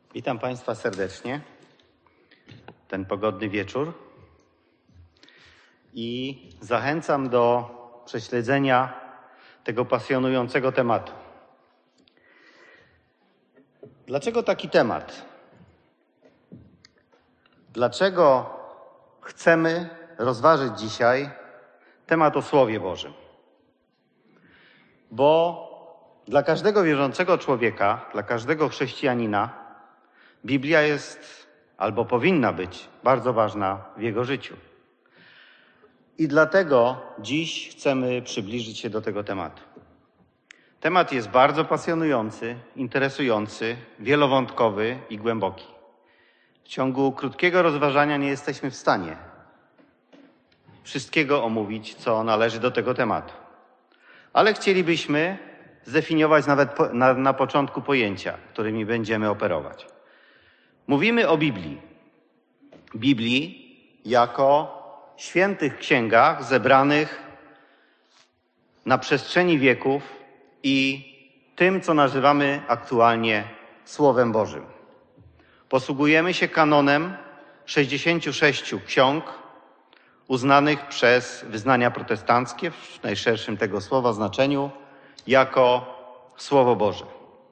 Witam Państwa serdecznie. Ten pogodny wieczór. I zachęcam do prześledzenia tego pasjonującego tematu. Dlaczego taki temat? Dlaczego chcemy rozważyć dzisiaj temat o Słowie Bożym? Bo dla każdego wierzącego człowieka, dla każdego chrześcijanina Biblia jest albo powinna być bardzo ważna w jego życiu. I dlatego dziś chcemy przybliżyć się do tego tematu. Temat jest bardzo pasjonujący, interesujący, wielowątkowy i głęboki. W ciągu krótkiego rozważania nie jesteśmy w stanie wszystkiego omówić, co należy do tego tematu. Ale chcielibyśmy zdefiniować nawet na początku pojęcia, którymi będziemy operować. Mówimy o Biblii. Biblii jako świętych księgach zebranych na przestrzeni wieków i tym, co nazywamy aktualnie Słowem Bożym. Posługujemy się kanonem 66 ksiąg uznanych przez wyznania protestanckie, w najszerszym tego słowa znaczeniu, jako Słowo Boże.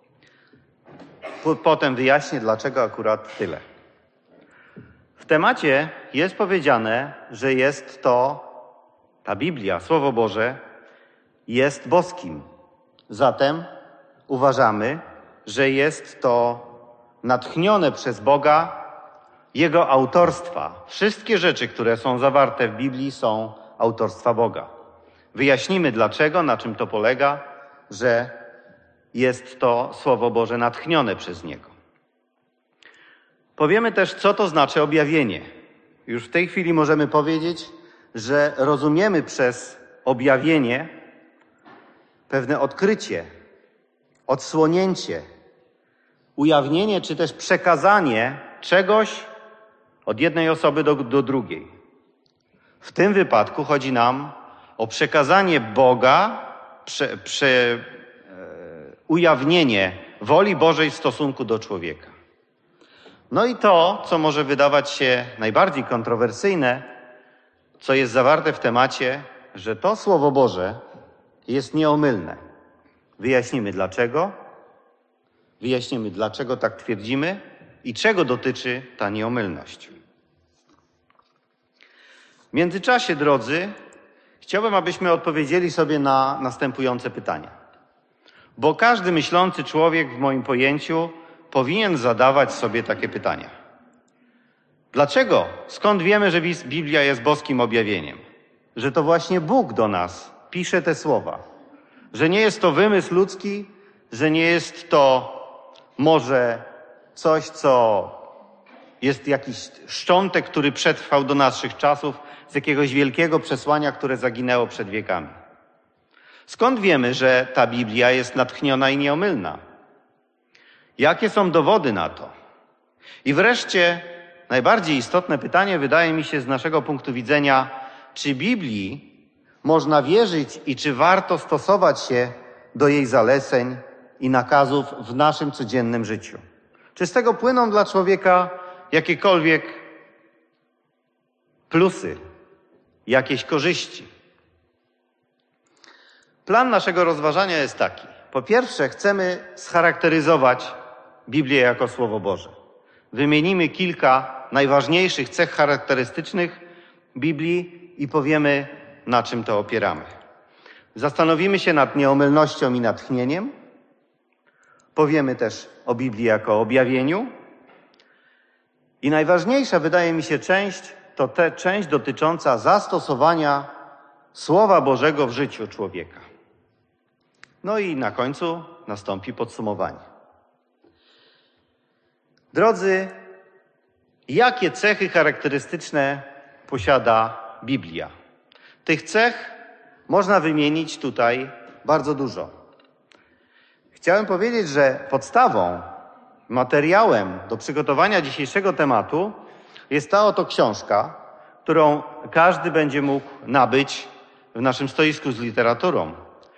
Potem wyjaśnię, dlaczego akurat tyle. W temacie jest powiedziane, że jest to, ta Biblia, Słowo Boże, jest boskim. Zatem uważamy, że jest to natchnione przez Boga, Jego autorstwa. Wszystkie rzeczy, które są zawarte w Biblii, są autorstwa Boga. Wyjaśnimy dlaczego, na czym to polega, że jest to Słowo Boże natchnione przez Niego. Powiemy też, co to znaczy objawienie. Już w tej chwili możemy powiedzieć, że rozumiemy przez objawienie pewne odkrycie, odsłonięcie, ujawnienie czy też przekazanie czegoś od jednej osoby do drugiej. W tym wypadku chodzi nam o przekazanie Boga, ujawnienie woli Bożej w stosunku do człowieka. No i to, co może wydawać się najbardziej kontrowersyjne, co jest zawarte w temacie, że to Słowo Boże jest nieomylne. Wyjaśnimy dlaczego tak twierdzimy i czego dotyczy ta nieomylność. W międzyczasie, drodzy, chciałbym, abyśmy odpowiedzieli sobie na następujące pytania. Bo każdy myślący człowiek, w moim pojęciu, powinien zadawać sobie takie pytania. Dlaczego? Skąd wiemy, że Biblia jest boskim objawieniem? Że to właśnie Bóg do nas pisze te słowa. Że nie jest to wymysł ludzki, że nie jest to może coś, co jest jakiś szczątek, który przetrwał do naszych czasów z jakiegoś wielkiego przesłania, które zaginęło przed wiekami. Skąd wiemy, że ta Biblia jest natchniona i nieomylna? Jakie są dowody na to? I wreszcie najbardziej istotne pytanie wydaje mi się z naszego punktu widzenia, czy Biblii można wierzyć i czy warto stosować się do jej zaleceń i nakazów w naszym codziennym życiu? Czy z tego płyną dla człowieka jakiekolwiek plusy, jakieś korzyści? Plan naszego rozważania jest taki. Po pierwsze, chcemy scharakteryzować Biblię jako Słowo Boże. Wymienimy kilka najważniejszych cech charakterystycznych Biblii i powiemy, na czym to opieramy. Zastanowimy się nad nieomylnością i natchnieniem. Powiemy też o Biblii jako o objawieniu. I najważniejsza, wydaje mi się, część to ta część dotycząca zastosowania Słowa Bożego w życiu człowieka. No i na końcu nastąpi podsumowanie. Drodzy, jakie cechy charakterystyczne posiada Biblia? Tych cech można wymienić tutaj bardzo dużo. Chciałem powiedzieć, że podstawą, materiałem do przygotowania dzisiejszego tematu jest ta oto książka, którą każdy będzie mógł nabyć w naszym stoisku z literaturą.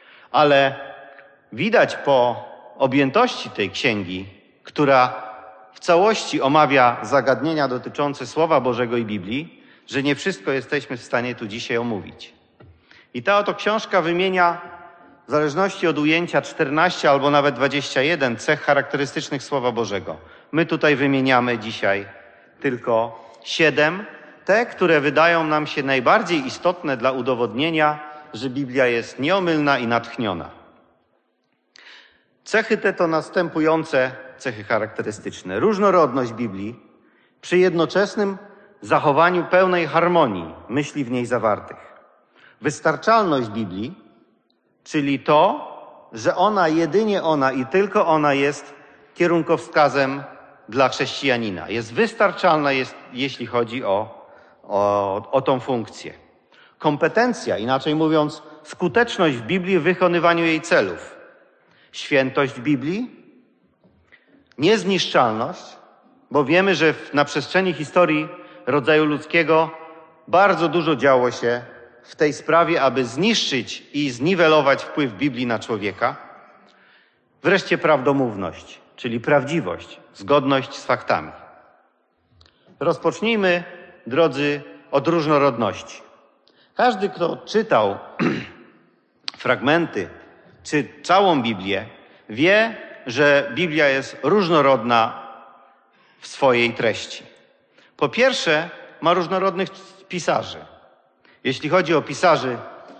Ale widać po objętości tej księgi, która w całości omawia zagadnienia dotyczące Słowa Bożego i Biblii, że nie wszystko jesteśmy w stanie tu dzisiaj omówić. I ta oto książka wymienia, w zależności od ujęcia, 14 albo nawet 21 cech charakterystycznych Słowa Bożego. My tutaj wymieniamy dzisiaj tylko 7, te, które wydają nam się najbardziej istotne dla udowodnienia, że Biblia jest nieomylna i natchniona. Cechy te to następujące cechy charakterystyczne. Różnorodność Biblii przy jednoczesnym zachowaniu pełnej harmonii myśli w niej zawartych. Wystarczalność Biblii, czyli to, że jedynie ona i tylko ona jest kierunkowskazem dla chrześcijanina. Jest wystarczalna, jeśli chodzi o tą funkcję. Kompetencja, inaczej mówiąc, skuteczność w Biblii w wykonywaniu jej celów. Świętość Biblii, niezniszczalność, bo wiemy, że na przestrzeni historii rodzaju ludzkiego bardzo dużo działo się w tej sprawie, aby zniszczyć i zniwelować wpływ Biblii na człowieka. Wreszcie prawdomówność, czyli prawdziwość, zgodność z faktami. Rozpocznijmy, drodzy, od różnorodności. Każdy, kto czytał fragmenty czy całą Biblię, wie, że Biblia jest różnorodna w swojej treści. Po pierwsze, ma różnorodnych pisarzy. Jeśli chodzi o pisarzy,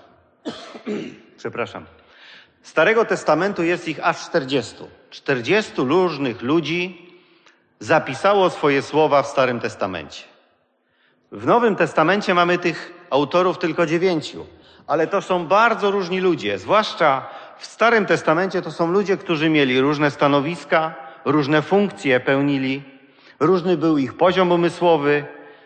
Starego Testamentu jest ich aż 40. 40 różnych ludzi zapisało swoje słowa w Starym Testamencie. W Nowym Testamencie mamy tych autorów tylko 9, ale to są bardzo różni ludzie. Zwłaszcza w Starym Testamencie to są ludzie, którzy mieli różne stanowiska, różne funkcje pełnili, różny był ich poziom umysłowy,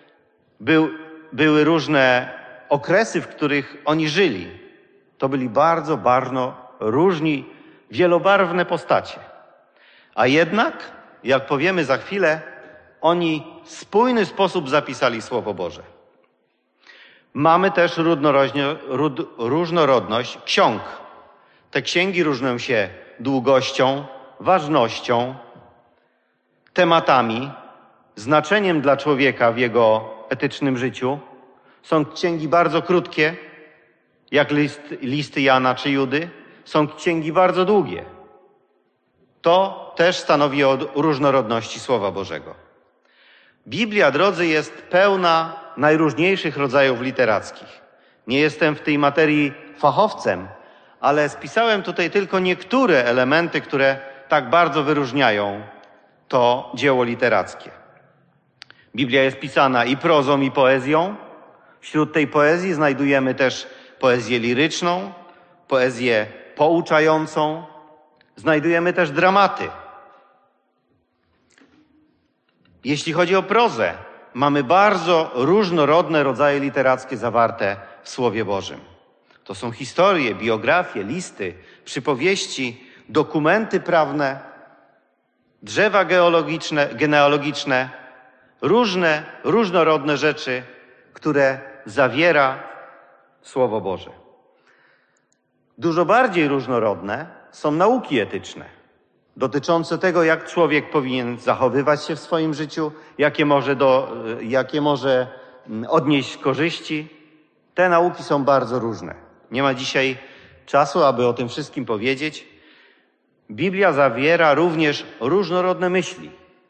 były różne okresy, w których oni żyli. To byli bardzo różni, wielobarwne postacie. A jednak, jak powiemy za chwilę, oni w spójny sposób zapisali Słowo Boże. Mamy też różnorodność ksiąg. Te księgi różnią się długością, ważnością, tematami, znaczeniem dla człowieka w jego etycznym życiu. Są księgi bardzo krótkie, jak listy Jana czy Judy. Są księgi bardzo długie. To też stanowi o różnorodności Słowa Bożego. Biblia, drodzy, jest pełna najróżniejszych rodzajów literackich. Nie jestem w tej materii fachowcem, ale spisałem tutaj tylko niektóre elementy, które tak bardzo wyróżniają to dzieło literackie. Biblia jest pisana i prozą, i poezją. Wśród tej poezji znajdujemy też poezję liryczną, poezję pouczającą. Znajdujemy też dramaty. Jeśli chodzi o prozę, mamy bardzo różnorodne rodzaje literackie zawarte w Słowie Bożym. To są historie, biografie, listy, przypowieści, dokumenty prawne, drzewa genealogiczne, różnorodne rzeczy, które zawiera Słowo Boże. Dużo bardziej różnorodne są nauki etyczne, dotyczące tego, jak człowiek powinien zachowywać się w swoim życiu, jakie może odnieść korzyści. Te nauki są bardzo różne. Nie ma dzisiaj czasu, aby o tym wszystkim powiedzieć. Biblia zawiera również różnorodne myśli.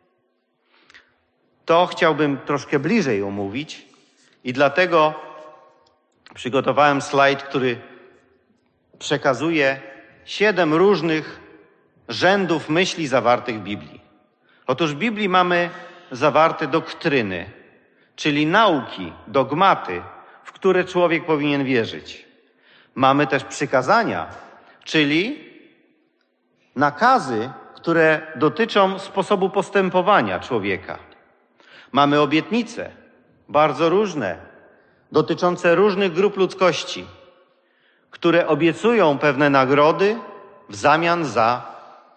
To chciałbym troszkę bliżej omówić i dlatego przygotowałem slajd, który przekazuje 7 różnych rzędów myśli zawartych w Biblii. Otóż w Biblii mamy zawarte doktryny, czyli nauki, dogmaty, w które człowiek powinien wierzyć. Mamy też przykazania, czyli nakazy, które dotyczą sposobu postępowania człowieka. Mamy obietnice, bardzo różne, dotyczące różnych grup ludzkości, które obiecują pewne nagrody w zamian za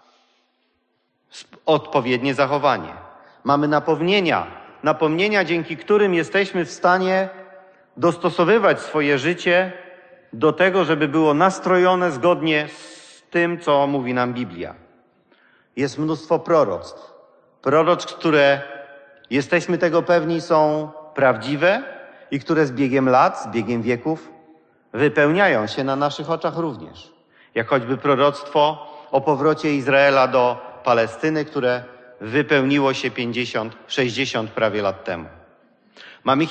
odpowiednie zachowanie. Mamy napomnienia, dzięki którym jesteśmy w stanie dostosowywać swoje życie do tego, żeby było nastrojone zgodnie z tym, co mówi nam Biblia. Jest mnóstwo proroctw. proroctw, które jesteśmy tego pewni są prawdziwe i które z biegiem lat, z biegiem wieków wypełniają się na naszych oczach również. Jak choćby proroctwo o powrocie Izraela do Palestyny, które wypełniło się 50, 60 prawie lat temu. Mamy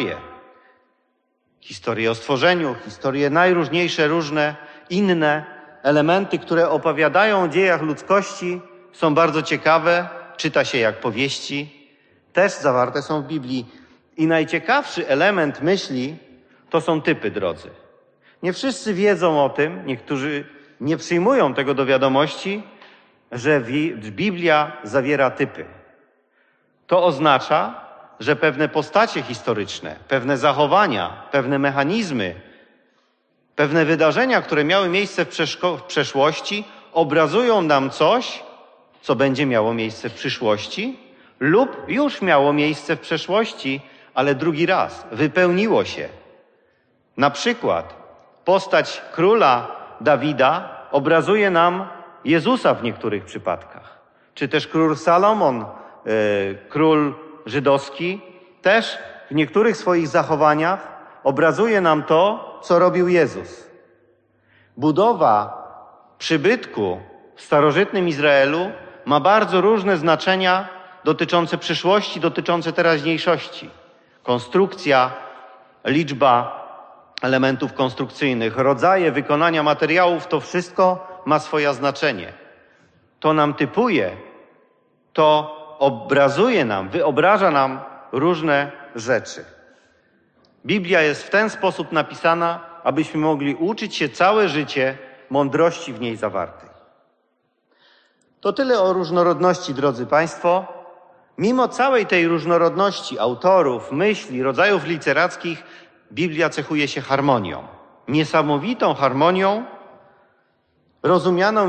historię o stworzeniu, historie najróżniejsze, różne inne elementy, które opowiadają o dziejach ludzkości, są bardzo ciekawe, czyta się jak powieści, też zawarte są w Biblii. I najciekawszy element myśli to są typy, drodzy. Nie wszyscy wiedzą o tym, niektórzy nie przyjmują tego do wiadomości, że Biblia zawiera typy. To oznacza, że pewne postacie historyczne, pewne zachowania, pewne mechanizmy, pewne wydarzenia, które miały miejsce w przeszłości, obrazują nam coś, co będzie miało miejsce w przyszłości lub już miało miejsce w przeszłości, ale drugi raz wypełniło się. Na przykład postać króla Dawida obrazuje nam Jezusa w niektórych przypadkach. Czy też król Salomon, król żydowski, też w niektórych swoich zachowaniach obrazuje nam to, co robił Jezus. Budowa przybytku w starożytnym Izraelu ma bardzo różne znaczenia dotyczące przyszłości, dotyczące teraźniejszości. Konstrukcja, liczba elementów konstrukcyjnych, rodzaje wykonania materiałów, to wszystko ma swoje znaczenie. To nam typuje, to obrazuje nam, wyobraża nam różne rzeczy. Biblia jest w ten sposób napisana, abyśmy mogli uczyć się całe życie mądrości w niej zawartej. To tyle o różnorodności, drodzy Państwo. Mimo całej tej różnorodności autorów, myśli, rodzajów literackich, Biblia cechuje się harmonią. Niesamowitą harmonią, rozumianą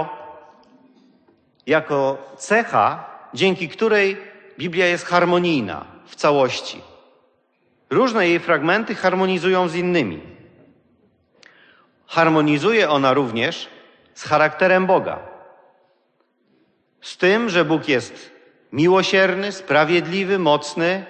jako cecha, dzięki której Biblia jest harmonijna w całości. Różne jej fragmenty harmonizują z innymi. Harmonizuje ona również z charakterem Boga. Z tym, że Bóg jest miłosierny, sprawiedliwy, mocny,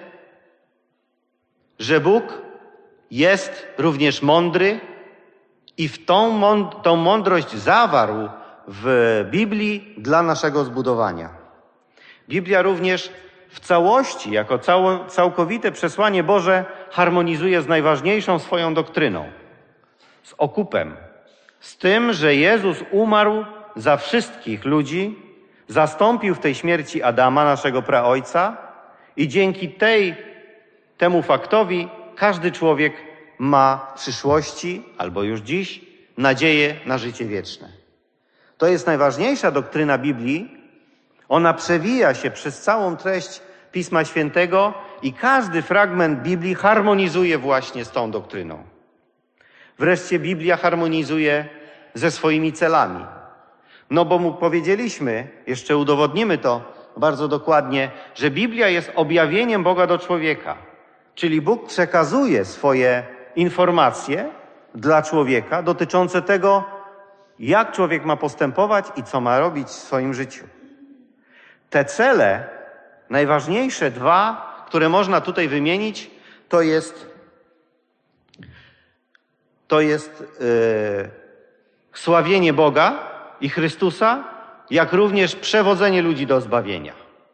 że Bóg jest również mądry i w tą mądrość zawarł w Biblii dla naszego zbudowania. Biblia również w całości, jako całkowite przesłanie Boże, harmonizuje z najważniejszą swoją doktryną, z okupem, z tym, że Jezus umarł za wszystkich ludzi, zastąpił w tej śmierci Adama, naszego praojca, i dzięki temu faktowi każdy człowiek ma w przyszłości, albo już dziś, nadzieję na życie wieczne. To jest najważniejsza doktryna Biblii. Ona przewija się przez całą treść Pisma Świętego i każdy fragment Biblii harmonizuje właśnie z tą doktryną. Wreszcie Biblia harmonizuje ze swoimi celami. No bo mu powiedzieliśmy, jeszcze udowodnimy to bardzo dokładnie, że Biblia jest objawieniem Boga do człowieka. Czyli Bóg przekazuje swoje informacje dla człowieka dotyczące tego, jak człowiek ma postępować i co ma robić w swoim życiu. Te cele, najważniejsze dwa, które można tutaj wymienić, to jest sławienie Boga i Chrystusa, jak również przewodzenie ludzi do zbawienia.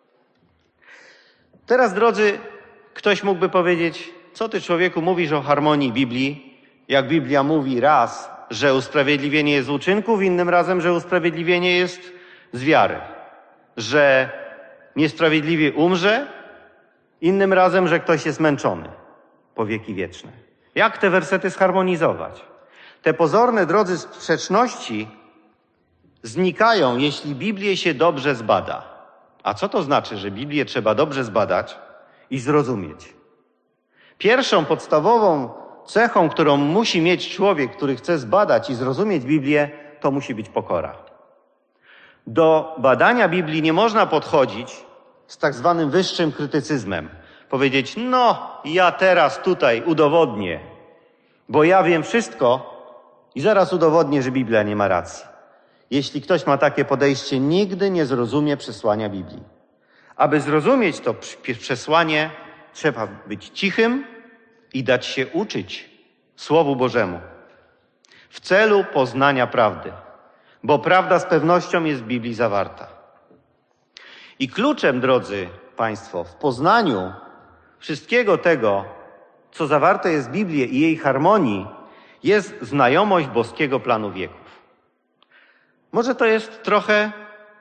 Teraz, drodzy, ktoś mógłby powiedzieć, co ty, człowieku, mówisz o harmonii Biblii, jak Biblia mówi raz, że usprawiedliwienie jest z uczynków, innym razem, że usprawiedliwienie jest z wiary, że niesprawiedliwie umrze, innym razem, że ktoś jest męczony po wieki wieczne. Jak te wersety zharmonizować? Te pozorne, drodzy, sprzeczności znikają, jeśli Biblię się dobrze zbada. A co to znaczy, że Biblię trzeba dobrze zbadać i zrozumieć? Pierwszą podstawową cechą, którą musi mieć człowiek, który chce zbadać i zrozumieć Biblię, to musi być pokora. Do badania Biblii nie można podchodzić z tak zwanym wyższym krytycyzmem. Powiedzieć, no, ja teraz tutaj udowodnię, bo ja wiem wszystko i zaraz udowodnię, że Biblia nie ma racji. Jeśli ktoś ma takie podejście, nigdy nie zrozumie przesłania Biblii. Aby zrozumieć to przesłanie, trzeba być cichym i dać się uczyć Słowu Bożemu w celu poznania prawdy, bo prawda z pewnością jest w Biblii zawarta. I kluczem, drodzy Państwo, w poznaniu wszystkiego tego, co zawarte jest w Biblii i jej harmonii, jest znajomość boskiego planu wieków. Może to jest trochę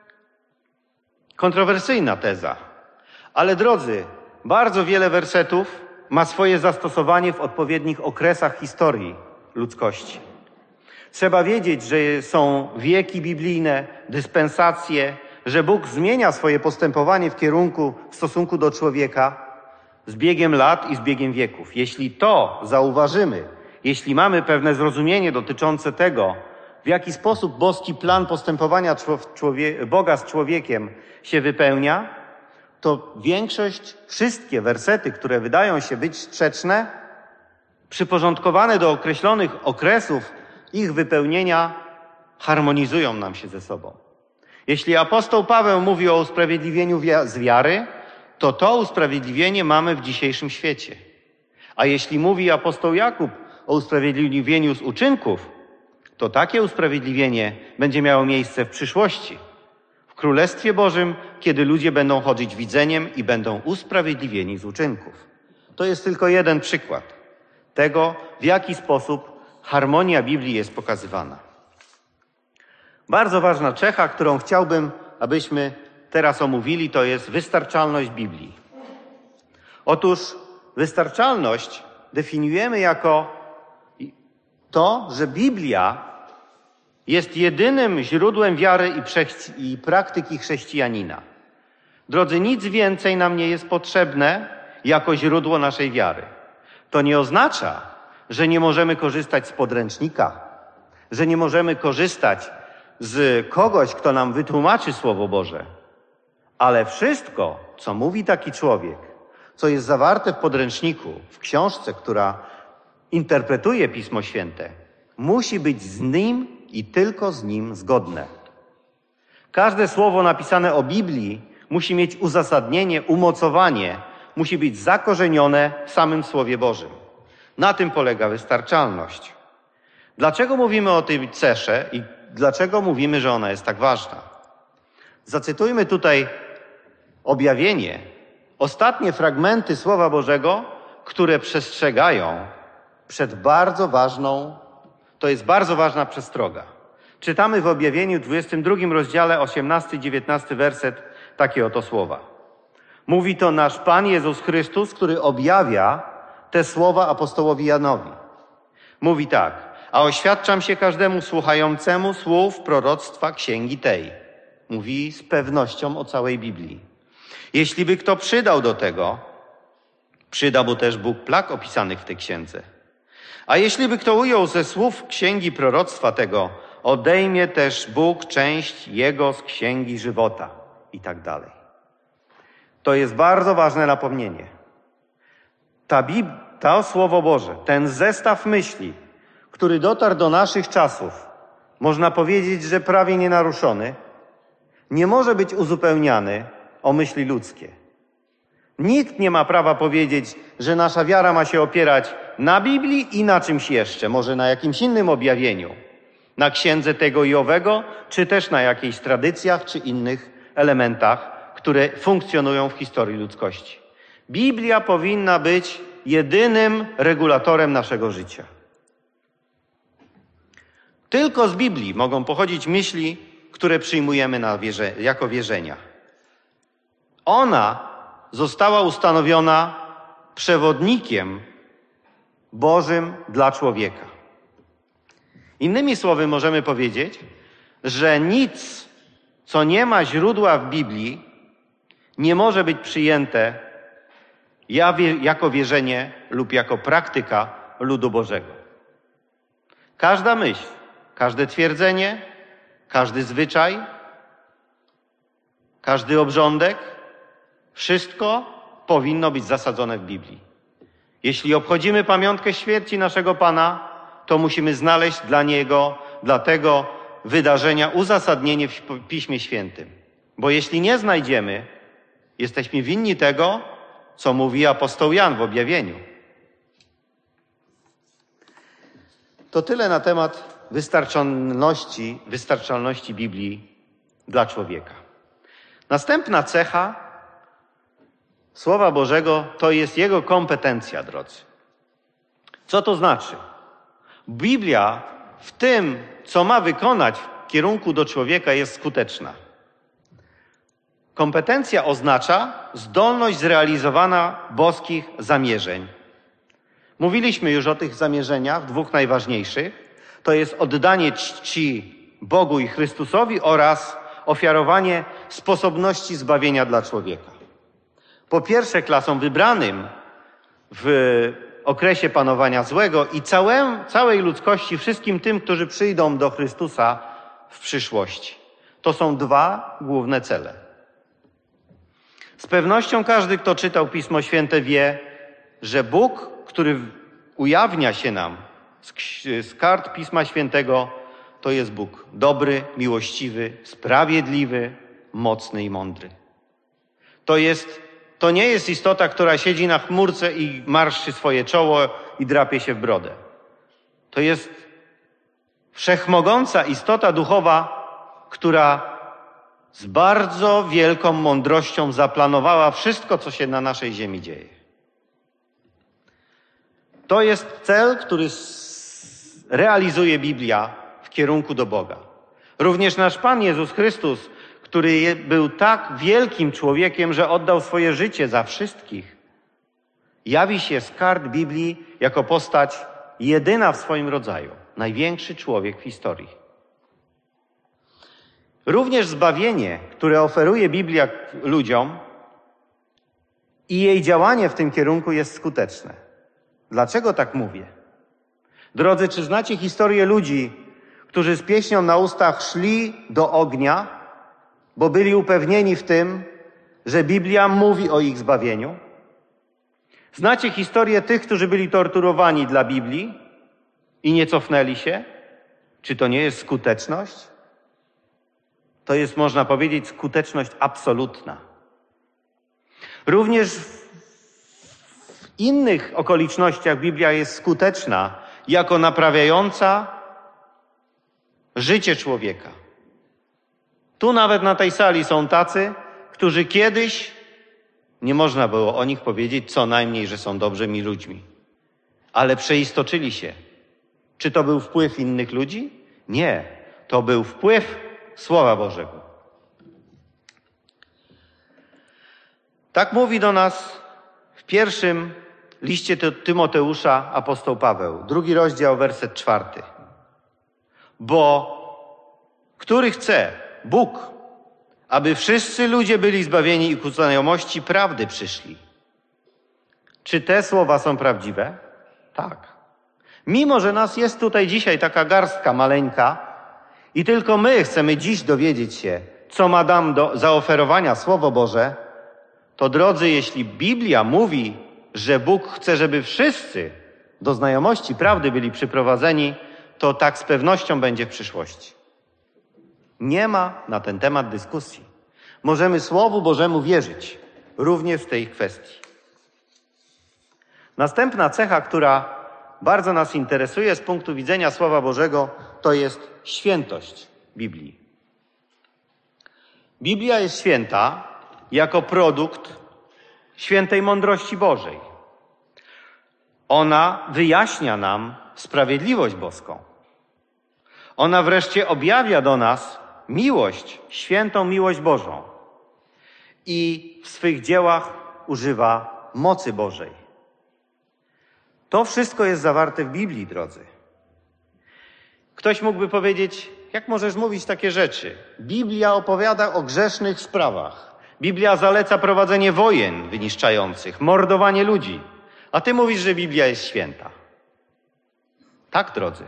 kontrowersyjna teza, ale drodzy, bardzo wiele wersetów ma swoje zastosowanie w odpowiednich okresach historii ludzkości. Trzeba wiedzieć, że są wieki biblijne, dyspensacje, że Bóg zmienia swoje postępowanie w stosunku do człowieka z biegiem lat i z biegiem wieków. Jeśli to zauważymy, jeśli mamy pewne zrozumienie dotyczące tego, w jaki sposób boski plan postępowania Boga z człowiekiem się wypełnia, to wszystkie wersety, które wydają się być sprzeczne, przyporządkowane do określonych okresów ich wypełnienia, harmonizują nam się ze sobą. Jeśli apostoł Paweł mówi o usprawiedliwieniu z wiary, to usprawiedliwienie mamy w dzisiejszym świecie. A jeśli mówi apostoł Jakub o usprawiedliwieniu z uczynków, to takie usprawiedliwienie będzie miało miejsce w przyszłości, w Królestwie Bożym, kiedy ludzie będą chodzić widzeniem i będą usprawiedliwieni z uczynków. To jest tylko jeden przykład tego, w jaki sposób harmonia Biblii jest pokazywana. Bardzo ważna cecha, którą chciałbym, abyśmy teraz omówili, to jest wystarczalność Biblii. Otóż wystarczalność definiujemy jako to, że Biblia jest jedynym źródłem wiary i praktyki chrześcijanina. Drodzy, nic więcej nam nie jest potrzebne jako źródło naszej wiary. To nie oznacza, że nie możemy korzystać z podręcznika, że nie możemy korzystać z kogoś, kto nam wytłumaczy Słowo Boże. Ale wszystko, co mówi taki człowiek, co jest zawarte w podręczniku, w książce, która interpretuje Pismo Święte, musi być z nim i tylko z nim zgodne. Każde słowo napisane o Biblii musi mieć uzasadnienie, umocowanie, musi być zakorzenione w samym Słowie Bożym. Na tym polega wystarczalność. Dlaczego mówimy o tej cesze i dlaczego mówimy, że ona jest tak ważna? Zacytujmy tutaj Objawienie, ostatnie fragmenty Słowa Bożego, które przestrzegają przed to jest bardzo ważna przestroga. Czytamy w Objawieniu 22 rozdziale 18 i 19 werset takie oto słowa. Mówi to nasz Pan Jezus Chrystus, który objawia te słowa apostołowi Janowi. Mówi tak: a oświadczam się każdemu słuchającemu słów proroctwa księgi tej. Mówi z pewnością o całej Biblii. Jeśli by kto przydał do tego, przyda mu też Bóg plag opisanych w tej księdze. A jeśli by kto ujął ze słów księgi proroctwa tego, odejmie też Bóg część jego z księgi żywota i tak dalej. To jest bardzo ważne napomnienie. To Słowo Boże, ten zestaw myśli, który dotarł do naszych czasów, można powiedzieć, że prawie nienaruszony, nie może być uzupełniany o myśli ludzkie. Nikt nie ma prawa powiedzieć, że nasza wiara ma się opierać na Biblii i na czymś jeszcze, może na jakimś innym objawieniu, na księdze tego i owego, czy też na jakichś tradycjach, czy innych elementach, które funkcjonują w historii ludzkości. Biblia powinna być jedynym regulatorem naszego życia. Tylko z Biblii mogą pochodzić myśli, które przyjmujemy jako wierzenia. Ona została ustanowiona przewodnikiem Bożym dla człowieka. Innymi słowy możemy powiedzieć, że nic, co nie ma źródła w Biblii, nie może być przyjęte jako wierzenie lub jako praktyka ludu Bożego. Każda myśl, każde twierdzenie, każdy zwyczaj, każdy obrządek, wszystko powinno być zasadzone w Biblii. Jeśli obchodzimy pamiątkę śmierci naszego Pana, to musimy znaleźć dla tego wydarzenia uzasadnienie w Piśmie Świętym. Bo jeśli nie znajdziemy Jesteśmy winni tego, co mówi apostoł Jan w objawieniu. To tyle na temat wystarczalności Biblii dla człowieka. Następna cecha Słowa Bożego to jest Jego kompetencja, drodzy. Co to znaczy? Biblia w tym, co ma wykonać w kierunku do człowieka, jest skuteczna. Kompetencja oznacza zdolność zrealizowania boskich zamierzeń. Mówiliśmy już o tych zamierzeniach, dwóch najważniejszych. To jest oddanie czci Bogu i Chrystusowi oraz ofiarowanie sposobności zbawienia dla człowieka. Po pierwsze, klasom wybranym w okresie panowania złego i całej ludzkości, wszystkim tym, którzy przyjdą do Chrystusa w przyszłości. To są dwa główne cele. Z pewnością każdy, kto czytał Pismo Święte, wie, że Bóg, który ujawnia się nam z kart Pisma Świętego, to jest Bóg dobry, miłościwy, sprawiedliwy, mocny i mądry. To nie jest istota, która siedzi na chmurce i marszczy swoje czoło i drapie się w brodę. To jest wszechmogąca istota duchowa, która z bardzo wielką mądrością zaplanowała wszystko, co się na naszej ziemi dzieje. To jest cel, który realizuje Biblia w kierunku do Boga. Również nasz Pan Jezus Chrystus, który był tak wielkim człowiekiem, że oddał swoje życie za wszystkich, jawi się z kart Biblii jako postać jedyna w swoim rodzaju, największy człowiek w historii. Również zbawienie, które oferuje Biblia ludziom i jej działanie w tym kierunku jest skuteczne. Dlaczego tak mówię? Drodzy, czy znacie historię ludzi, którzy z pieśnią na ustach szli do ognia, bo byli upewnieni w tym, że Biblia mówi o ich zbawieniu? Znacie historię tych, którzy byli torturowani dla Biblii i nie cofnęli się? Czy to nie jest skuteczność? To jest, można powiedzieć, skuteczność absolutna. Również w innych okolicznościach Biblia jest skuteczna jako naprawiająca życie człowieka. Tu nawet na tej sali są tacy, którzy kiedyś nie można było o nich powiedzieć co najmniej, że są dobrymi ludźmi. Ale przeistoczyli się. Czy to był wpływ innych ludzi? Nie. To był wpływ Słowa Bożego. Tak mówi do nas w pierwszym liście Tymoteusza apostoł Paweł, 2 rozdział, werset 4. Bo który chce, Bóg, aby wszyscy ludzie byli zbawieni i ku znajomości prawdy przyszli. Czy te słowa są prawdziwe? Tak. Mimo że nas jest tutaj dzisiaj taka garstka maleńka i tylko my chcemy dziś dowiedzieć się, co ma nam do zaoferowania Słowo Boże, to drodzy, jeśli Biblia mówi, że Bóg chce, żeby wszyscy do znajomości prawdy byli przyprowadzeni, to tak z pewnością będzie w przyszłości. Nie ma na ten temat dyskusji. Możemy Słowu Bożemu wierzyć, również w tej kwestii. Następna cecha, która bardzo nas interesuje z punktu widzenia Słowa Bożego, to jest świętość Biblii. Biblia jest święta jako produkt świętej mądrości Bożej. Ona wyjaśnia nam sprawiedliwość boską. Ona wreszcie objawia do nas miłość, świętą miłość Bożą. I w swych dziełach używa mocy Bożej. To wszystko jest zawarte w Biblii, drodzy. Ktoś mógłby powiedzieć, jak możesz mówić takie rzeczy? Biblia opowiada o grzesznych sprawach. Biblia zaleca prowadzenie wojen wyniszczających, mordowanie ludzi. A ty mówisz, że Biblia jest święta. Tak, drodzy.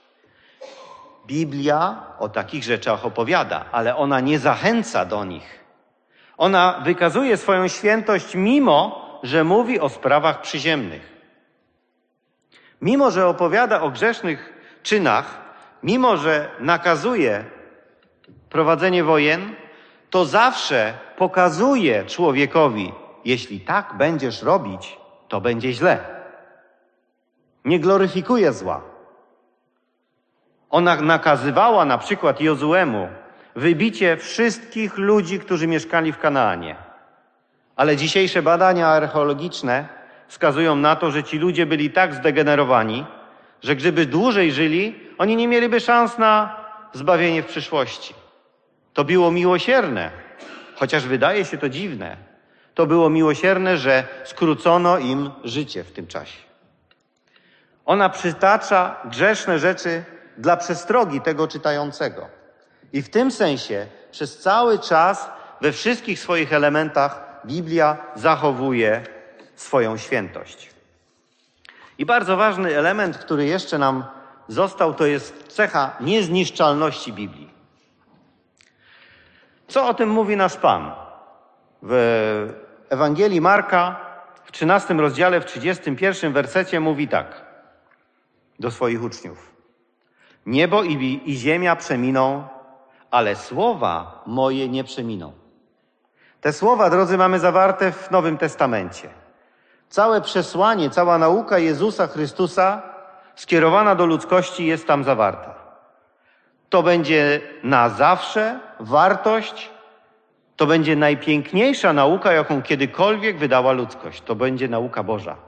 Biblia o takich rzeczach opowiada, ale ona nie zachęca do nich. Ona wykazuje swoją świętość, mimo że mówi o sprawach przyziemnych. Mimo że opowiada o grzesznych czynach, mimo że nakazuje prowadzenie wojen, to zawsze pokazuje człowiekowi, jeśli tak będziesz robić, to będzie źle. Nie gloryfikuje zła. Ona nakazywała na przykład Jozuemu wybicie wszystkich ludzi, którzy mieszkali w Kanaanie. Ale dzisiejsze badania archeologiczne wskazują na to, że ci ludzie byli tak zdegenerowani, że gdyby dłużej żyli, oni nie mieliby szans na zbawienie w przyszłości. To było miłosierne, chociaż wydaje się to dziwne. To było miłosierne, że skrócono im życie w tym czasie. Ona przytacza grzeszne rzeczy dla przestrogi tego czytającego. I w tym sensie przez cały czas we wszystkich swoich elementach Biblia zachowuje swoją świętość. I bardzo ważny element, który jeszcze nam został, to jest cecha niezniszczalności Biblii. Co o tym mówi nasz Pan? W Ewangelii Marka w 13 rozdziale, w 31 wersecie mówi tak do swoich uczniów. Niebo i ziemia przeminą, ale słowa moje nie przeminą. Te słowa, drodzy, mamy zawarte w Nowym Testamencie. Całe przesłanie, cała nauka Jezusa Chrystusa skierowana do ludzkości jest tam zawarta. To będzie na zawsze wartość, to będzie najpiękniejsza nauka, jaką kiedykolwiek wydała ludzkość. To będzie nauka Boża.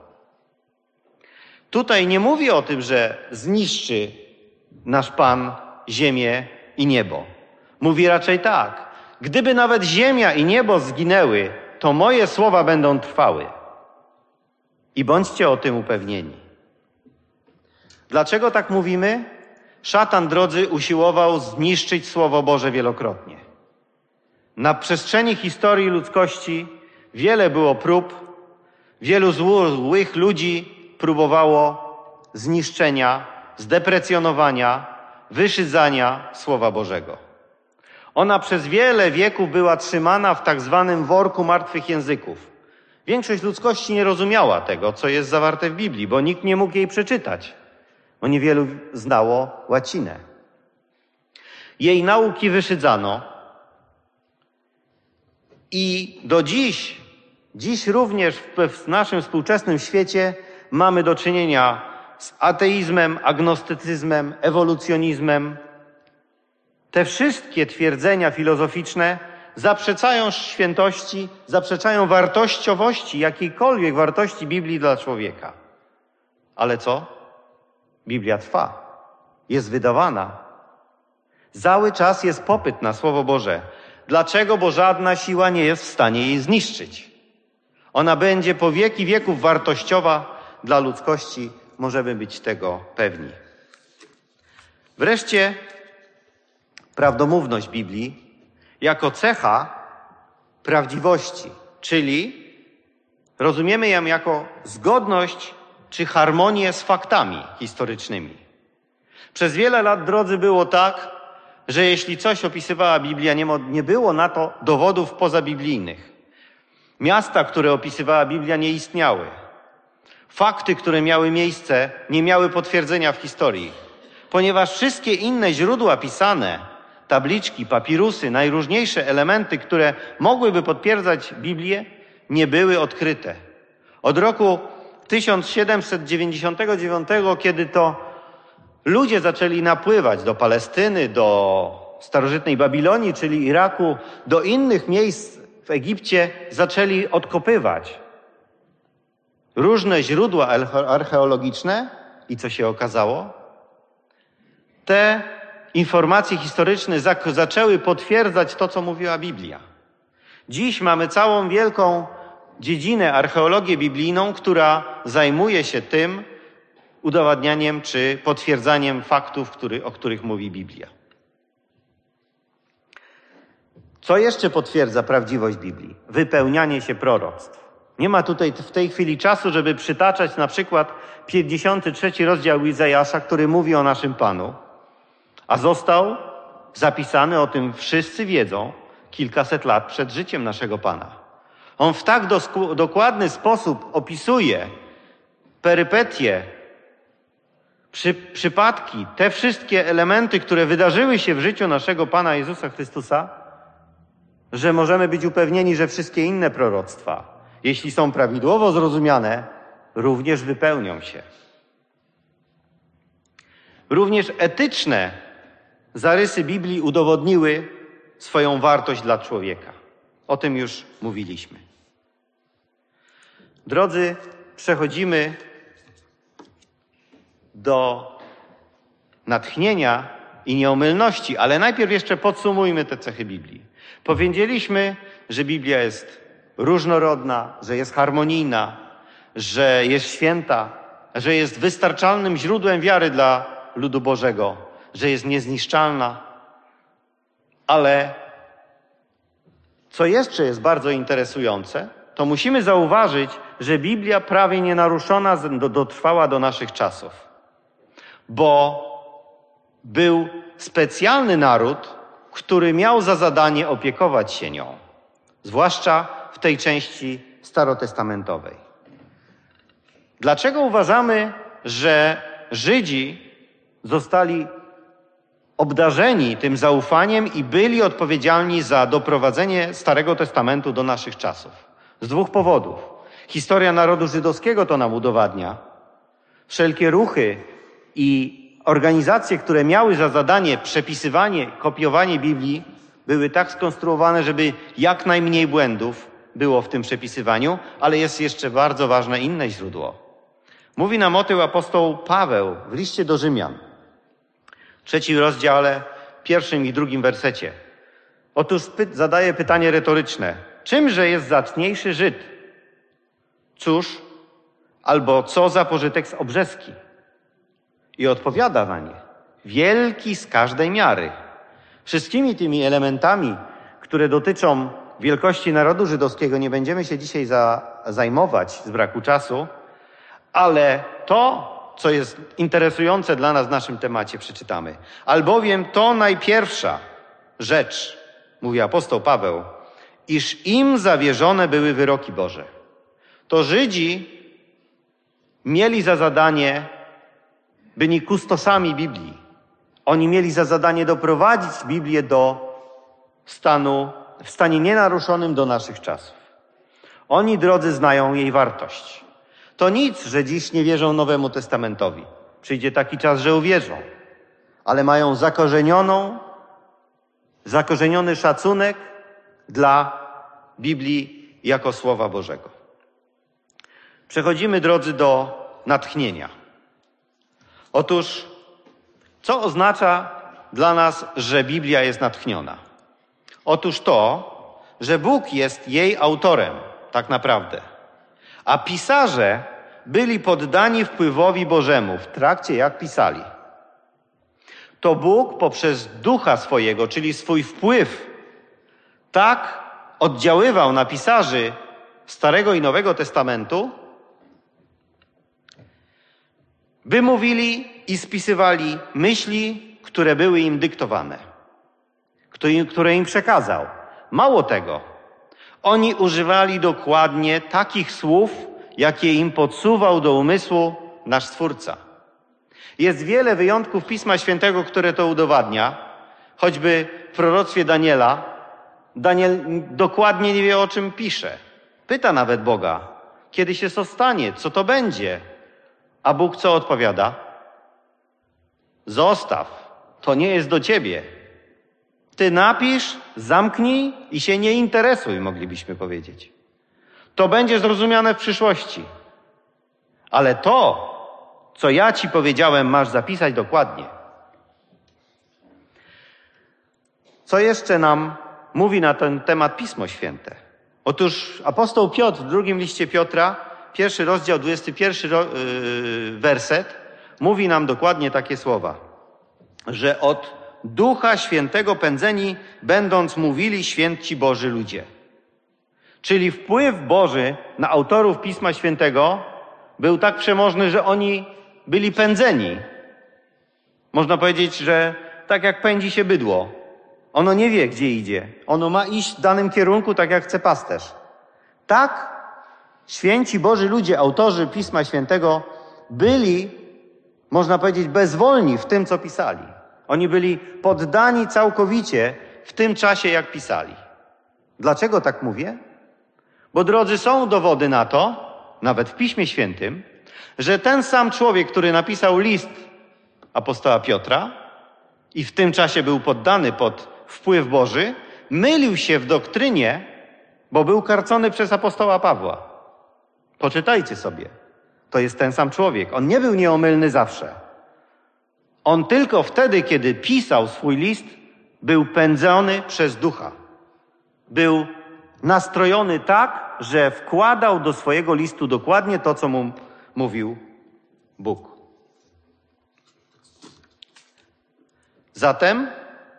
Tutaj nie mówi o tym, że zniszczy nasz Pan ziemię i niebo. Mówi raczej tak. Gdyby nawet ziemia i niebo zginęły, to moje słowa będą trwały. I bądźcie o tym upewnieni. Dlaczego tak mówimy? Szatan, drodzy, usiłował zniszczyć Słowo Boże wielokrotnie. Na przestrzeni historii ludzkości wiele było prób, wielu złych ludzi próbowało zniszczenia, zdeprecjonowania, wyszydzania Słowa Bożego. Ona przez wiele wieków była trzymana w tak zwanym worku martwych języków. Większość ludzkości nie rozumiała tego, co jest zawarte w Biblii, bo nikt nie mógł jej przeczytać, bo niewielu znało łacinę. Jej nauki wyszydzano i do dziś również w naszym współczesnym świecie mamy do czynienia z ateizmem, agnostycyzmem, ewolucjonizmem. Te wszystkie twierdzenia filozoficzne zaprzeczają świętości, zaprzeczają wartościowości, jakiejkolwiek wartości Biblii dla człowieka. Ale co? Biblia trwa, jest wydawana. Cały czas jest popyt na Słowo Boże. Dlaczego? Bo żadna siła nie jest w stanie jej zniszczyć. Ona będzie po wieki wieków wartościowa dla ludzkości. Możemy być tego pewni. Wreszcie prawdomówność Biblii jako cecha prawdziwości, czyli rozumiemy ją jako zgodność czy harmonię z faktami historycznymi. Przez wiele lat, drodzy, było tak, że jeśli coś opisywała Biblia, nie było na to dowodów pozabiblijnych. Miasta, które opisywała Biblia, nie istniały. Fakty, które miały miejsce, nie miały potwierdzenia w historii, ponieważ wszystkie inne źródła pisane, tabliczki, papirusy, najróżniejsze elementy, które mogłyby potwierdzać Biblię, nie były odkryte. Od roku 1799, kiedy to ludzie zaczęli napływać do Palestyny, do starożytnej Babilonii, czyli Iraku, do innych miejsc w Egipcie, zaczęli odkopywać różne źródła archeologiczne i co się okazało? Te informacje historyczne zaczęły potwierdzać to, co mówiła Biblia. Dziś mamy całą wielką dziedzinę, archeologię biblijną, która zajmuje się tym udowadnianiem czy potwierdzaniem faktów, o których mówi Biblia. Co jeszcze potwierdza prawdziwość Biblii? Wypełnianie się proroctw. Nie ma tutaj w tej chwili czasu, żeby przytaczać na przykład 53 rozdział Izajasza, który mówi o naszym Panu, a został zapisany, o tym wszyscy wiedzą, kilkaset lat przed życiem naszego Pana. On w tak dokładny sposób opisuje perypetie, przypadki, te wszystkie elementy, które wydarzyły się w życiu naszego Pana Jezusa Chrystusa, że możemy być upewnieni, że wszystkie inne proroctwa, jeśli są prawidłowo zrozumiane, również wypełnią się. Również etyczne zarysy Biblii udowodniły swoją wartość dla człowieka. O tym już mówiliśmy. Drodzy, przechodzimy do natchnienia i nieomylności, ale najpierw jeszcze podsumujmy te cechy Biblii. Powiedzieliśmy, że Biblia jest różnorodna, że jest harmonijna, że jest święta, że jest wystarczalnym źródłem wiary dla ludu Bożego, że jest niezniszczalna. Ale co jeszcze jest bardzo interesujące, to musimy zauważyć, że Biblia prawie nienaruszona dotrwała do naszych czasów. Bo był specjalny naród, który miał za zadanie opiekować się nią. Zwłaszcza w tej części starotestamentowej. Dlaczego uważamy, że Żydzi zostali obdarzeni tym zaufaniem i byli odpowiedzialni za doprowadzenie Starego Testamentu do naszych czasów? Z dwóch powodów. Historia narodu żydowskiego to nam udowadnia. Wszelkie ruchy i organizacje, które miały za zadanie przepisywanie, kopiowanie Biblii, były tak skonstruowane, żeby jak najmniej błędów było w tym przepisywaniu, ale jest jeszcze bardzo ważne inne źródło. Mówi nam o tym apostoł Paweł w liście do Rzymian, 3 rozdziale, 1 i 2 wersecie. Otóż zadaje pytanie retoryczne. Czymże jest zacniejszy Żyd? Cóż, albo co za pożytek z obrzeski? I odpowiada na nie. Wielki z każdej miary. Wszystkimi tymi elementami, które dotyczą wielkości narodu żydowskiego, nie będziemy się dzisiaj zajmować z braku czasu, ale to, co jest interesujące dla nas w naszym temacie, przeczytamy. Albowiem to najpierwsza rzecz, mówi apostoł Paweł, iż im zawierzone były wyroki Boże. To Żydzi mieli za zadanie, byli kustoszami Biblii. Oni mieli za zadanie doprowadzić Biblię do stanu, w stanie nienaruszonym do naszych czasów. Oni, drodzy, znają jej wartość. To nic, że dziś nie wierzą Nowemu Testamentowi. Przyjdzie taki czas, że uwierzą. Ale mają zakorzeniony szacunek dla Biblii jako Słowa Bożego. Przechodzimy, drodzy, do natchnienia. Otóż, co oznacza dla nas, że Biblia jest natchniona? Otóż to, że Bóg jest jej autorem, tak naprawdę. A pisarze byli poddani wpływowi Bożemu w trakcie, jak pisali. To Bóg poprzez Ducha swojego, czyli swój wpływ, tak oddziaływał na pisarzy Starego i Nowego Testamentu, by mówili i spisywali myśli, które były im dyktowane, które im przekazał. Mało tego, oni używali dokładnie takich słów, jakie im podsuwał do umysłu nasz Stwórca. Jest wiele wyjątków Pisma Świętego, które to udowadnia. Choćby w proroctwie Daniela. Daniel dokładnie nie wie, o czym pisze. Pyta nawet Boga, kiedy się to stanie, co to będzie. A Bóg co odpowiada? Zostaw, to nie jest do ciebie. Ty napisz, zamknij i się nie interesuj, moglibyśmy powiedzieć. To będzie zrozumiane w przyszłości. Ale to, co ja ci powiedziałem, masz zapisać dokładnie. Co jeszcze nam mówi na ten temat Pismo Święte? Otóż apostoł Piotr w drugim liście Piotra, 1 rozdział, 21 werset, mówi nam dokładnie takie słowa, że od Ducha Świętego pędzeni, będąc mówili święci Boży ludzie. Czyli wpływ Boży na autorów Pisma Świętego był tak przemożny, że oni byli pędzeni. Można powiedzieć, że tak jak pędzi się bydło. Ono nie wie, gdzie idzie. Ono ma iść w danym kierunku, tak jak chce pasterz. Tak święci Boży ludzie, autorzy Pisma Świętego byli, można powiedzieć, bezwolni w tym, co pisali. Oni byli poddani całkowicie w tym czasie, jak pisali. Dlaczego tak mówię? Bo, drodzy, są dowody na to, nawet w Piśmie Świętym, że ten sam człowiek, który napisał list apostoła Piotra i w tym czasie był poddany pod wpływ Boży, mylił się w doktrynie, bo był karcony przez apostoła Pawła. Poczytajcie sobie. To jest ten sam człowiek. On nie był nieomylny zawsze. On tylko wtedy, kiedy pisał swój list, był pędzony przez Ducha. Był nastrojony tak, że wkładał do swojego listu dokładnie to, co mu mówił Bóg. Zatem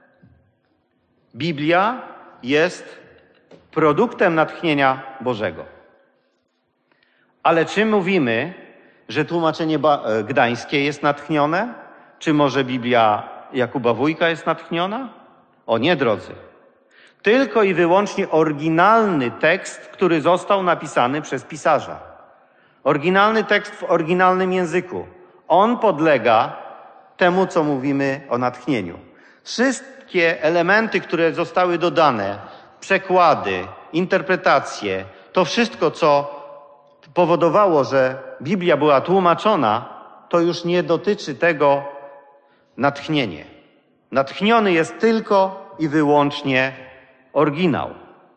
Biblia jest produktem natchnienia Bożego. Ale czy mówimy, że tłumaczenie gdańskie jest natchnione? Czy może Biblia Jakuba Wójka jest natchniona? O nie, drodzy. Tylko i wyłącznie oryginalny tekst, który został napisany przez pisarza. Oryginalny tekst w oryginalnym języku. On podlega temu, co mówimy o natchnieniu. Wszystkie elementy, które zostały dodane, przekłady, interpretacje, to wszystko, co powodowało, że Biblia była tłumaczona, to już nie dotyczy tego natchnienie. Natchniony jest tylko i wyłącznie oryginał.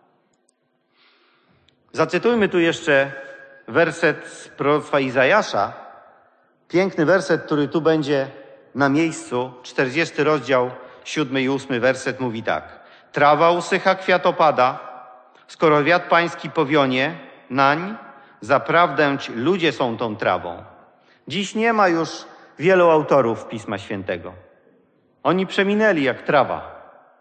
Zacytujmy tu jeszcze werset z proroctwa Izajasza. Piękny werset, który tu będzie na miejscu. 40 rozdział, 7 i 8 werset mówi tak. Trawa usycha, kwiat opada. Skoro wiatr pański powionie nań, zaprawdę ludzie są tą trawą. Dziś nie ma już wielu autorów Pisma Świętego. Oni przeminęli jak trawa.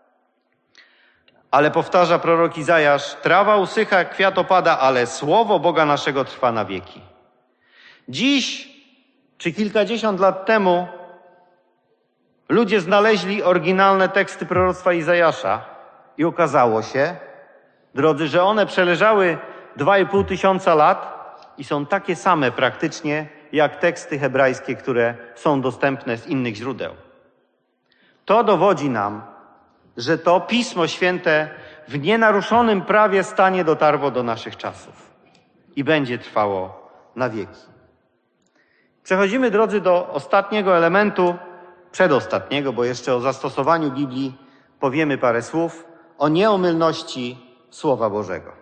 Ale powtarza prorok Izajasz, trawa usycha, kwiat opada, ale słowo Boga naszego trwa na wieki. Dziś, czy kilkadziesiąt lat temu, ludzie znaleźli oryginalne teksty proroctwa Izajasza i okazało się, drodzy, że one przeleżały 2,5 tysiąca lat i są takie same praktycznie jak teksty hebrajskie, które są dostępne z innych źródeł. To dowodzi nam, że to Pismo Święte w nienaruszonym prawie stanie dotarło do naszych czasów i będzie trwało na wieki. Przechodzimy, drodzy, do ostatniego elementu, przedostatniego, bo jeszcze o zastosowaniu Biblii powiemy parę słów, o nieomylności Słowa Bożego.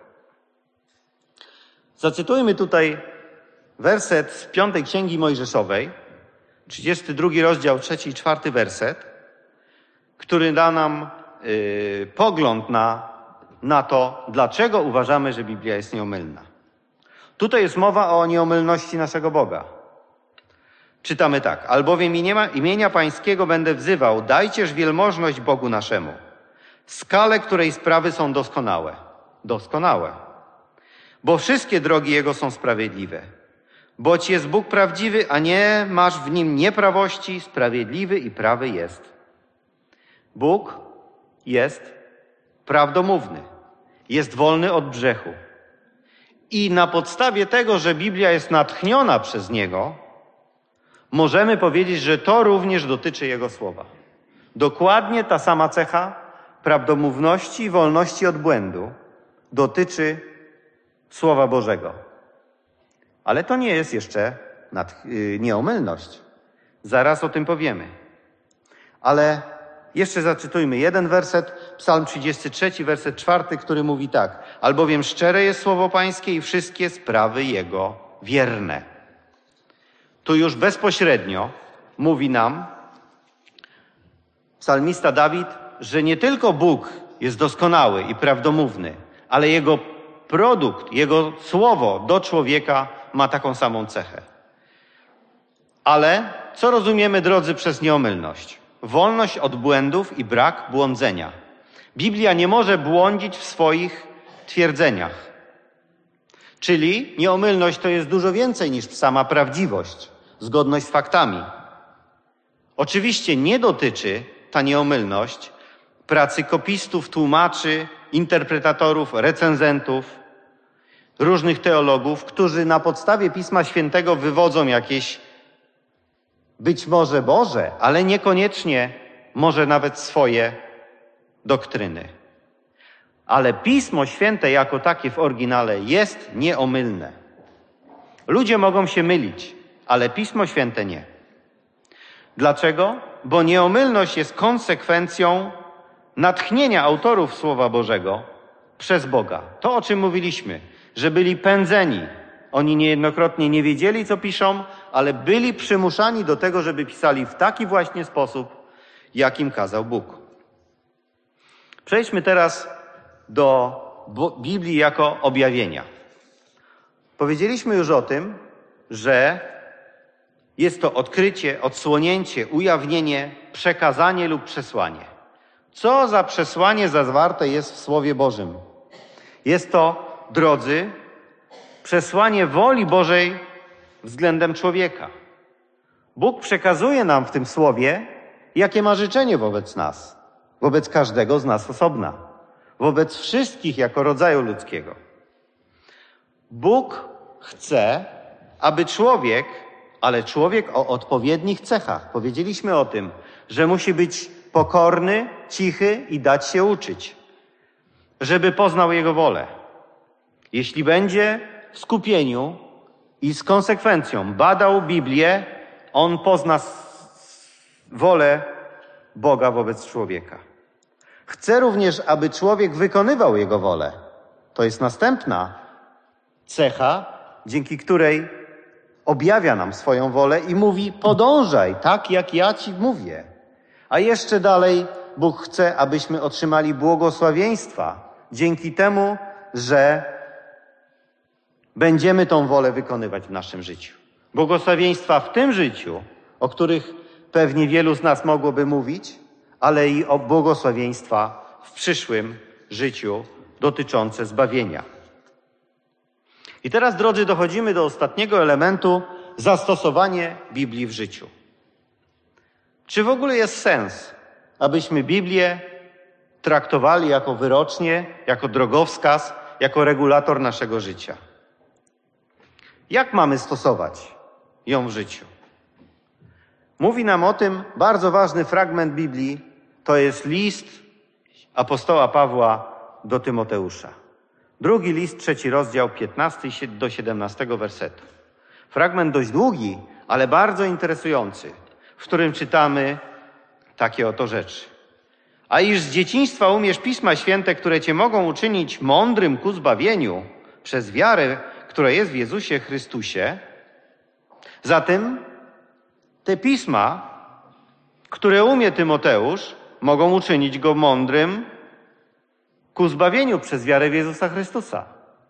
Zacytujmy tutaj werset z 5 Księgi Mojżeszowej, 32 rozdział, 3 i 4 werset, który da nam pogląd na to, dlaczego uważamy, że Biblia jest nieomylna. Tutaj jest mowa o nieomylności naszego Boga. Czytamy tak. Albowiem imienia Pańskiego będę wzywał, dajcież wielmożność Bogu naszemu, skalę, której sprawy są doskonałe. Doskonałe. Bo wszystkie drogi Jego są sprawiedliwe. Boć jest Bóg prawdziwy, a nie masz w Nim nieprawości, sprawiedliwy i prawy jest. Bóg jest prawdomówny, jest wolny od grzechu. I na podstawie tego, że Biblia jest natchniona przez Niego, możemy powiedzieć, że to również dotyczy Jego słowa. Dokładnie ta sama cecha prawdomówności i wolności od błędu dotyczy Słowa Bożego. Ale to nie jest jeszcze nieomylność. Zaraz o tym powiemy. Ale jeszcze zacytujmy jeden werset, Psalm 33, werset 4, który mówi tak. Albowiem szczere jest Słowo Pańskie i wszystkie sprawy Jego wierne. Tu już bezpośrednio mówi nam psalmista Dawid, że nie tylko Bóg jest doskonały i prawdomówny, ale Jego produkt, Jego słowo do człowieka ma taką samą cechę. Ale co rozumiemy, drodzy, przez nieomylność? Wolność od błędów i brak błądzenia. Biblia nie może błądzić w swoich twierdzeniach. Czyli nieomylność to jest dużo więcej niż sama prawdziwość, zgodność z faktami. Oczywiście nie dotyczy ta nieomylność pracy kopistów, tłumaczy, interpretatorów, recenzentów, różnych teologów, którzy na podstawie Pisma Świętego wywodzą jakieś być może Boże, ale niekoniecznie może nawet swoje doktryny. Ale Pismo Święte jako takie w oryginale jest nieomylne. Ludzie mogą się mylić, ale Pismo Święte nie. Dlaczego? Bo nieomylność jest konsekwencją natchnienia autorów Słowa Bożego przez Boga. To, o czym mówiliśmy, że byli pędzeni. Oni niejednokrotnie nie wiedzieli, co piszą, ale byli przymuszani do tego, żeby pisali w taki właśnie sposób, jakim kazał Bóg. Przejdźmy teraz do Biblii jako objawienia. Powiedzieliśmy już o tym, że jest to odkrycie, odsłonięcie, ujawnienie, przekazanie lub przesłanie. Co za przesłanie zawarte jest w Słowie Bożym? Jest to, drodzy, przesłanie woli Bożej względem człowieka. Bóg przekazuje nam w tym Słowie, jakie ma życzenie wobec nas, wobec każdego z nas osobna, wobec wszystkich jako rodzaju ludzkiego. Bóg chce, aby człowiek, ale człowiek o odpowiednich cechach. Powiedzieliśmy o tym, że musi być pokorny, cichy i dać się uczyć, żeby poznał Jego wolę. Jeśli będzie w skupieniu i z konsekwencją badał Biblię, on pozna wolę Boga wobec człowieka. Chce również, aby człowiek wykonywał Jego wolę. To jest następna cecha, dzięki której objawia nam swoją wolę i mówi: podążaj tak, jak ja ci mówię. A jeszcze dalej Bóg chce, abyśmy otrzymali błogosławieństwa dzięki temu, że będziemy tą wolę wykonywać w naszym życiu. Błogosławieństwa w tym życiu, o których pewnie wielu z nas mogłoby mówić, ale i o błogosławieństwa w przyszłym życiu dotyczące zbawienia. I teraz, drodzy, dochodzimy do ostatniego elementu: zastosowanie Biblii w życiu. Czy w ogóle jest sens, abyśmy Biblię traktowali jako wyrocznie, jako drogowskaz, jako regulator naszego życia? Jak mamy stosować ją w życiu? Mówi nam o tym bardzo ważny fragment Biblii, to jest list apostoła Pawła do Tymoteusza. 2 list, 3 rozdział, 15 do 17 wersetu. Fragment dość długi, ale bardzo interesujący, w którym czytamy takie oto rzeczy. A iż z dzieciństwa umiesz Pisma Święte, które cię mogą uczynić mądrym ku zbawieniu przez wiarę, która jest w Jezusie Chrystusie, zatem te pisma, które umie Tymoteusz, mogą uczynić go mądrym ku zbawieniu przez wiarę w Jezusa Chrystusa.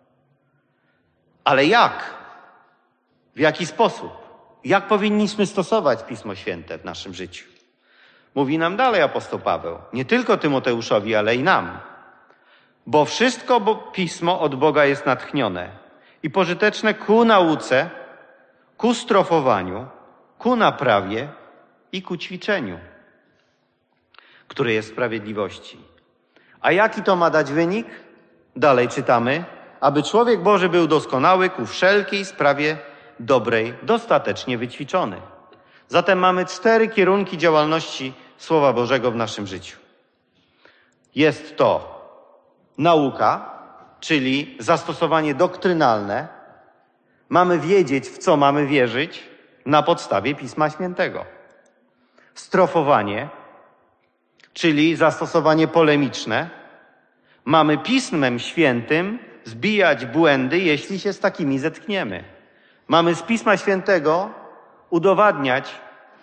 Ale jak? W jaki sposób? Jak powinniśmy stosować Pismo Święte w naszym życiu? Mówi nam dalej apostoł Paweł, nie tylko Tymoteuszowi, ale i nam. Bo wszystko Pismo od Boga jest natchnione i pożyteczne ku nauce, ku strofowaniu, ku naprawie i ku ćwiczeniu, które jest sprawiedliwości. A jaki to ma dać wynik? Dalej czytamy, aby człowiek Boży był doskonały ku wszelkiej sprawie dobrej, dostatecznie wyćwiczony. Zatem mamy 4 kierunki działalności Słowa Bożego w naszym życiu. Jest to nauka, czyli zastosowanie doktrynalne. Mamy wiedzieć, w co mamy wierzyć na podstawie Pisma Świętego. Strofowanie, czyli zastosowanie polemiczne. Mamy Pismem Świętym zbijać błędy, jeśli się z takimi zetkniemy. Mamy z Pisma Świętego udowadniać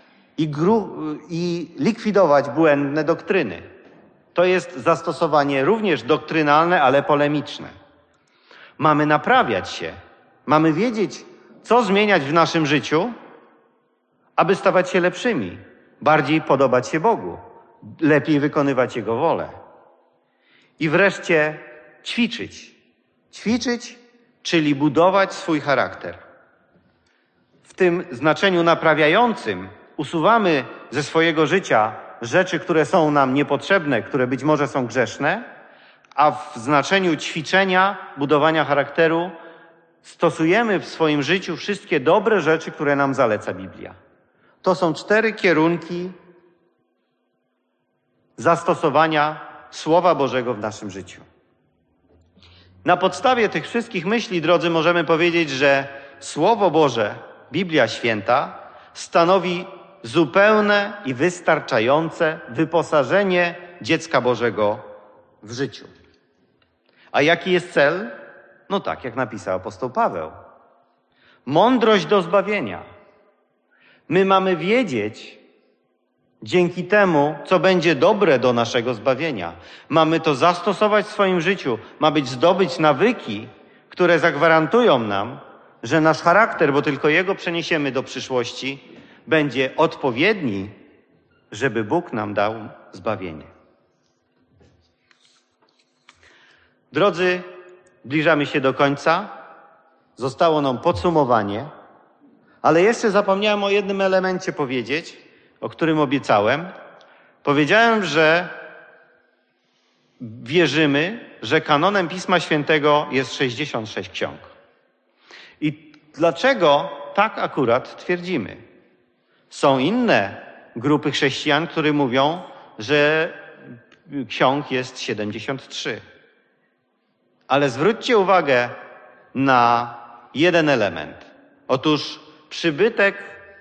i likwidować błędne doktryny. To jest zastosowanie również doktrynalne, ale polemiczne. Mamy naprawiać się. Mamy wiedzieć, co zmieniać w naszym życiu, aby stawać się lepszymi, bardziej podobać się Bogu, lepiej wykonywać Jego wolę. I wreszcie ćwiczyć. Ćwiczyć, czyli budować swój charakter. W tym znaczeniu naprawiającym usuwamy ze swojego życia rzeczy, które są nam niepotrzebne, które być może są grzeszne, a w znaczeniu ćwiczenia, budowania charakteru stosujemy w swoim życiu wszystkie dobre rzeczy, które nam zaleca Biblia. To są 4 kierunki zastosowania Słowa Bożego w naszym życiu. Na podstawie tych wszystkich myśli, drodzy, możemy powiedzieć, że Słowo Boże, Biblia Święta, stanowi zupełne i wystarczające wyposażenie dziecka Bożego w życiu. A jaki jest cel? No tak, jak napisał apostoł Paweł. Mądrość do zbawienia. My mamy wiedzieć dzięki temu, co będzie dobre do naszego zbawienia. Mamy to zastosować w swoim życiu. Ma być zdobyć nawyki, które zagwarantują nam, że nasz charakter, bo tylko jego przeniesiemy do przyszłości, będzie odpowiedni, żeby Bóg nam dał zbawienie. Drodzy, zbliżamy się do końca. Zostało nam podsumowanie, ale jeszcze zapomniałem o jednym elemencie powiedzieć, o którym obiecałem. Powiedziałem, że wierzymy, że kanonem Pisma Świętego jest 66 ksiąg. I dlaczego tak akurat twierdzimy? Są inne grupy chrześcijan, które mówią, że ksiąg jest 73. Ale zwróćcie uwagę na jeden element. Otóż przybytek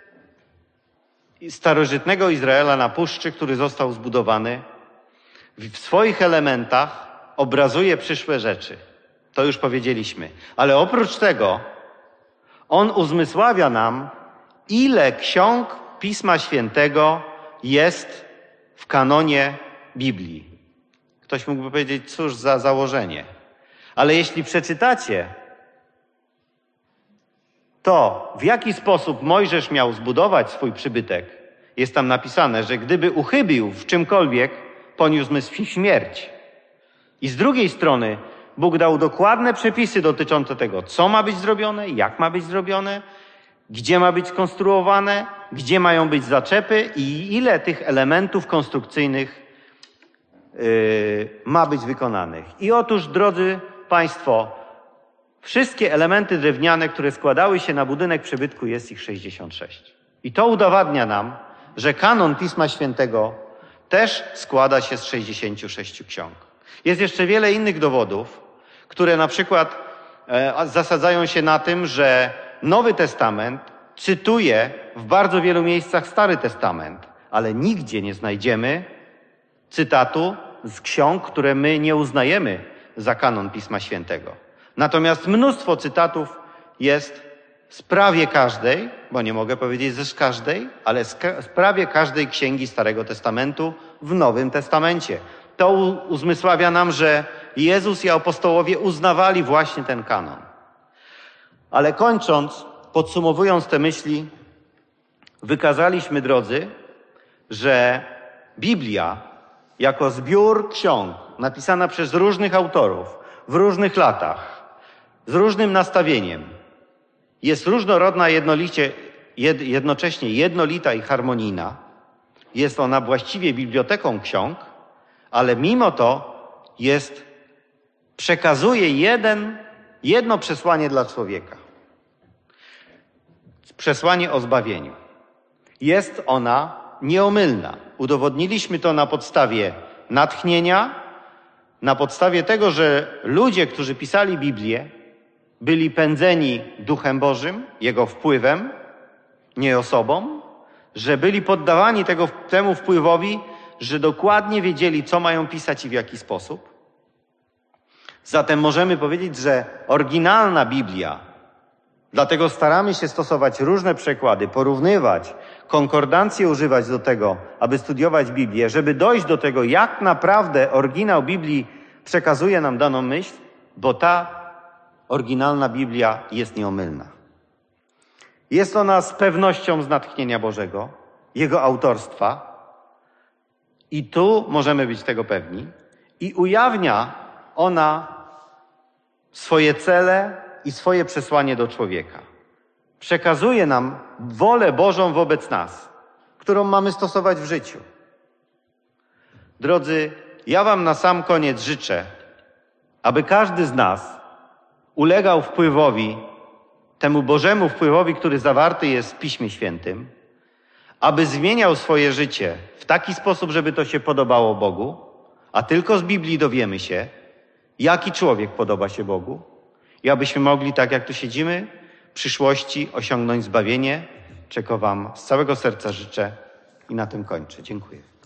starożytnego Izraela na puszczy, który został zbudowany, w swoich elementach obrazuje przyszłe rzeczy. To już powiedzieliśmy. Ale oprócz tego on uzmysławia nam, ile ksiąg Pisma Świętego jest w kanonie Biblii. Ktoś mógłby powiedzieć, cóż za założenie. Ale jeśli przeczytacie to, w jaki sposób Mojżesz miał zbudować swój przybytek, jest tam napisane, że gdyby uchybił w czymkolwiek, poniósłby śmierć. I z drugiej strony Bóg dał dokładne przepisy dotyczące tego, co ma być zrobione, jak ma być zrobione, gdzie ma być skonstruowane, gdzie mają być zaczepy i ile tych elementów konstrukcyjnych ma być wykonanych. I otóż, drodzy Państwo, wszystkie elementy drewniane, które składały się na budynek przybytku, jest ich 66. I to udowadnia nam, że kanon Pisma Świętego też składa się z 66 ksiąg. Jest jeszcze wiele innych dowodów, które na przykład zasadzają się na tym, że Nowy Testament cytuje w bardzo wielu miejscach Stary Testament, ale nigdzie nie znajdziemy cytatu z ksiąg, które my nie uznajemy za kanon Pisma Świętego. Natomiast mnóstwo cytatów jest z prawie każdej, bo nie mogę powiedzieć z każdej, ale z prawie każdej księgi Starego Testamentu w Nowym Testamencie. To uzmysławia nam, że Jezus i apostołowie uznawali właśnie ten kanon. Ale kończąc, podsumowując te myśli, wykazaliśmy, drodzy, że Biblia jako zbiór ksiąg napisana przez różnych autorów w różnych latach, z różnym nastawieniem, jest różnorodna, jednocześnie jednolita i harmonijna. Jest ona właściwie biblioteką ksiąg, ale mimo to przekazuje jedno przesłanie dla człowieka. Przesłanie o zbawieniu. Jest ona nieomylna. Udowodniliśmy to na podstawie natchnienia, na podstawie tego, że ludzie, którzy pisali Biblię, byli pędzeni Duchem Bożym, Jego wpływem, nie osobą, że byli poddawani temu wpływowi, że dokładnie wiedzieli, co mają pisać i w jaki sposób. Zatem możemy powiedzieć, że oryginalna Biblia, dlatego staramy się stosować różne przekłady, porównywać, konkordancje używać do tego, aby studiować Biblię, żeby dojść do tego, jak naprawdę oryginał Biblii przekazuje nam daną myśl, bo ta oryginalna Biblia jest nieomylna. Jest ona z pewnością z natchnienia Bożego, Jego autorstwa i tu możemy być tego pewni i ujawnia ona swoje cele i swoje przesłanie do człowieka. Przekazuje nam wolę Bożą wobec nas, którą mamy stosować w życiu. Drodzy, ja wam na sam koniec życzę, aby każdy z nas ulegał wpływowi, temu Bożemu wpływowi, który zawarty jest w Piśmie Świętym, aby zmieniał swoje życie w taki sposób, żeby to się podobało Bogu, a tylko z Biblii dowiemy się, jaki człowiek podoba się Bogu i abyśmy mogli, tak jak tu siedzimy, w przyszłości osiągnąć zbawienie, czego Wam z całego serca życzę i na tym kończę. Dziękuję.